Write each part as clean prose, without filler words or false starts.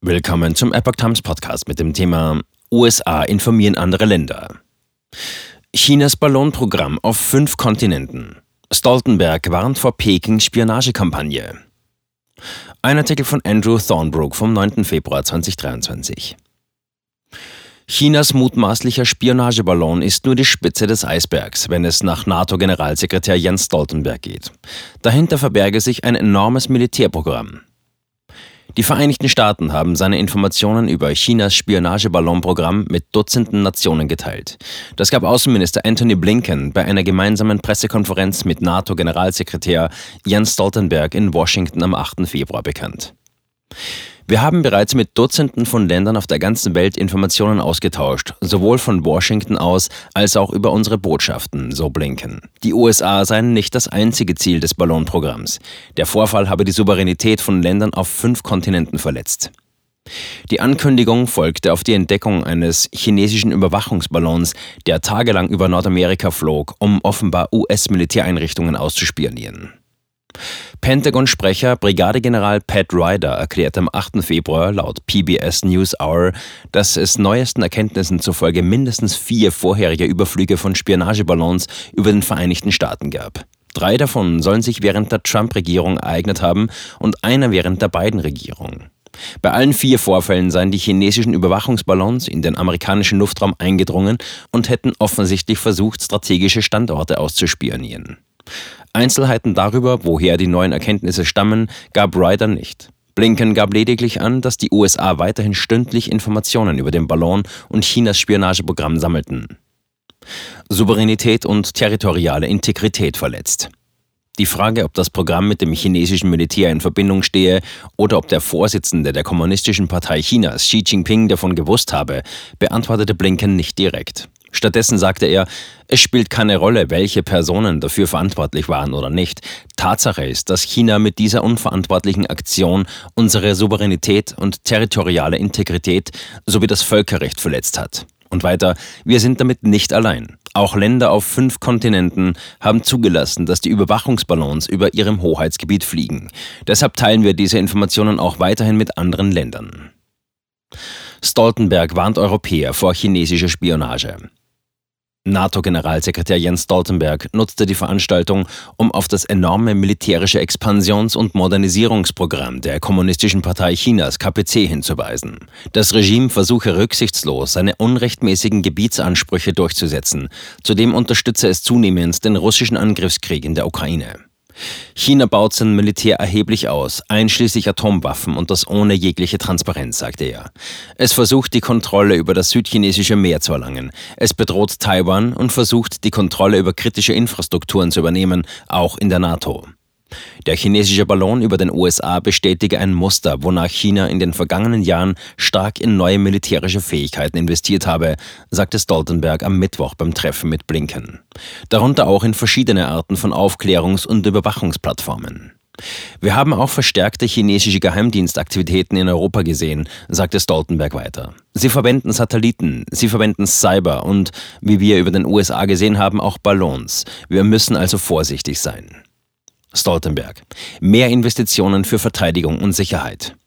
Willkommen zum Epoch Times Podcast mit dem Thema USA informieren andere Länder. Chinas Ballonprogramm auf 5 Kontinenten. Stoltenberg warnt vor Pekings Spionagekampagne. Ein Artikel von Andrew Thornbrook vom 9. Februar 2023. Chinas mutmaßlicher Spionageballon ist nur die Spitze des Eisbergs, wenn es nach NATO-Generalsekretär Jens Stoltenberg geht. Dahinter verberge sich ein enormes Militärprogramm. Die Vereinigten Staaten haben seine Informationen über Chinas Spionageballonprogramm mit Dutzenden Nationen geteilt. Das gab Außenminister Antony Blinken bei einer gemeinsamen Pressekonferenz mit NATO-Generalsekretär Jens Stoltenberg in Washington am 8. Februar bekannt. Wir haben bereits mit Dutzenden von Ländern auf der ganzen Welt Informationen ausgetauscht, sowohl von Washington aus als auch über unsere Botschaften, so Blinken. Die USA seien nicht das einzige Ziel des Ballonprogramms. Der Vorfall habe die Souveränität von Ländern auf 5 Kontinenten verletzt. Die Ankündigung folgte auf die Entdeckung eines chinesischen Überwachungsballons, der tagelang über Nordamerika flog, um offenbar US-Militäreinrichtungen auszuspionieren. Pentagon-Sprecher Brigadegeneral Pat Ryder erklärte am 8. Februar laut PBS NewsHour, dass es neuesten Erkenntnissen zufolge mindestens 4 vorherige Überflüge von Spionageballons über den Vereinigten Staaten gab. 3 davon sollen sich während der Trump-Regierung ereignet haben und einer während der Biden-Regierung. Bei allen 4 Vorfällen seien die chinesischen Überwachungsballons in den amerikanischen Luftraum eingedrungen und hätten offensichtlich versucht, strategische Standorte auszuspionieren. Einzelheiten darüber, woher die neuen Erkenntnisse stammen, gab Ryder nicht. Blinken gab lediglich an, dass die USA weiterhin stündlich Informationen über den Ballon und Chinas Spionageprogramm sammelten. Souveränität und territoriale Integrität verletzt. Die Frage, ob das Programm mit dem chinesischen Militär in Verbindung stehe oder ob der Vorsitzende der Kommunistischen Partei Chinas, Xi Jinping, davon gewusst habe, beantwortete Blinken nicht direkt. Stattdessen sagte er, es spielt keine Rolle, welche Personen dafür verantwortlich waren oder nicht. Tatsache ist, dass China mit dieser unverantwortlichen Aktion unsere Souveränität und territoriale Integrität sowie das Völkerrecht verletzt hat. Und weiter, wir sind damit nicht allein. Auch Länder auf 5 Kontinenten haben zugelassen, dass die Überwachungsballons über ihrem Hoheitsgebiet fliegen. Deshalb teilen wir diese Informationen auch weiterhin mit anderen Ländern. Stoltenberg warnt Europäer vor chinesischer Spionage. NATO-Generalsekretär Jens Stoltenberg nutzte die Veranstaltung, um auf das enorme militärische Expansions- und Modernisierungsprogramm der Kommunistischen Partei Chinas KPC hinzuweisen. Das Regime versuche rücksichtslos, seine unrechtmäßigen Gebietsansprüche durchzusetzen. Zudem unterstütze es zunehmend den russischen Angriffskrieg in der Ukraine. China baut sein Militär erheblich aus, einschließlich Atomwaffen und das ohne jegliche Transparenz, sagte er. Es versucht, die Kontrolle über das südchinesische Meer zu erlangen. Es bedroht Taiwan und versucht, die Kontrolle über kritische Infrastrukturen zu übernehmen, auch in der NATO. Der chinesische Ballon über den USA bestätige ein Muster, wonach China in den vergangenen Jahren stark in neue militärische Fähigkeiten investiert habe, sagte Stoltenberg am Mittwoch beim Treffen mit Blinken. Darunter auch in verschiedene Arten von Aufklärungs- und Überwachungsplattformen. Wir haben auch verstärkte chinesische Geheimdienstaktivitäten in Europa gesehen, sagte Stoltenberg weiter. Sie verwenden Satelliten, sie verwenden Cyber und, wie wir über den USA gesehen haben, auch Ballons. Wir müssen also vorsichtig sein. Stoltenberg. Mehr Investitionen für Verteidigung und Sicherheit.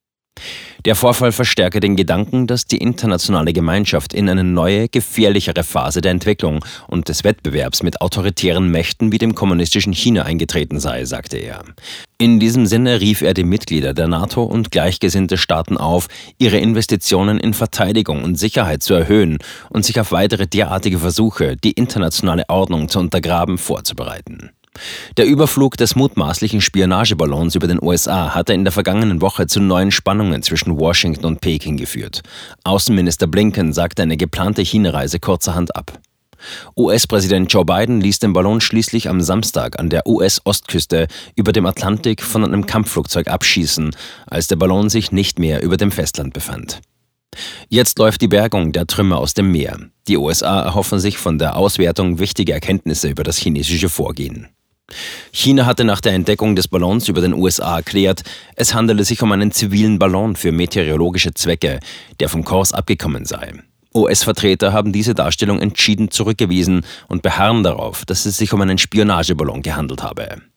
Der Vorfall verstärke den Gedanken, dass die internationale Gemeinschaft in eine neue, gefährlichere Phase der Entwicklung und des Wettbewerbs mit autoritären Mächten wie dem kommunistischen China eingetreten sei, sagte er. In diesem Sinne rief er die Mitglieder der NATO und gleichgesinnte Staaten auf, ihre Investitionen in Verteidigung und Sicherheit zu erhöhen und sich auf weitere derartige Versuche, die internationale Ordnung zu untergraben, vorzubereiten. Der Überflug des mutmaßlichen Spionageballons über den USA hatte in der vergangenen Woche zu neuen Spannungen zwischen Washington und Peking geführt. Außenminister Blinken sagte eine geplante China-Reise kurzerhand ab. US-Präsident Joe Biden ließ den Ballon schließlich am Samstag an der US-Ostküste über dem Atlantik von einem Kampfflugzeug abschießen, als der Ballon sich nicht mehr über dem Festland befand. Jetzt läuft die Bergung der Trümmer aus dem Meer. Die USA erhoffen sich von der Auswertung wichtige Erkenntnisse über das chinesische Vorgehen. China hatte nach der Entdeckung des Ballons über den USA erklärt, es handele sich um einen zivilen Ballon für meteorologische Zwecke, der vom Kurs abgekommen sei. US-Vertreter haben diese Darstellung entschieden zurückgewiesen und beharren darauf, dass es sich um einen Spionageballon gehandelt habe.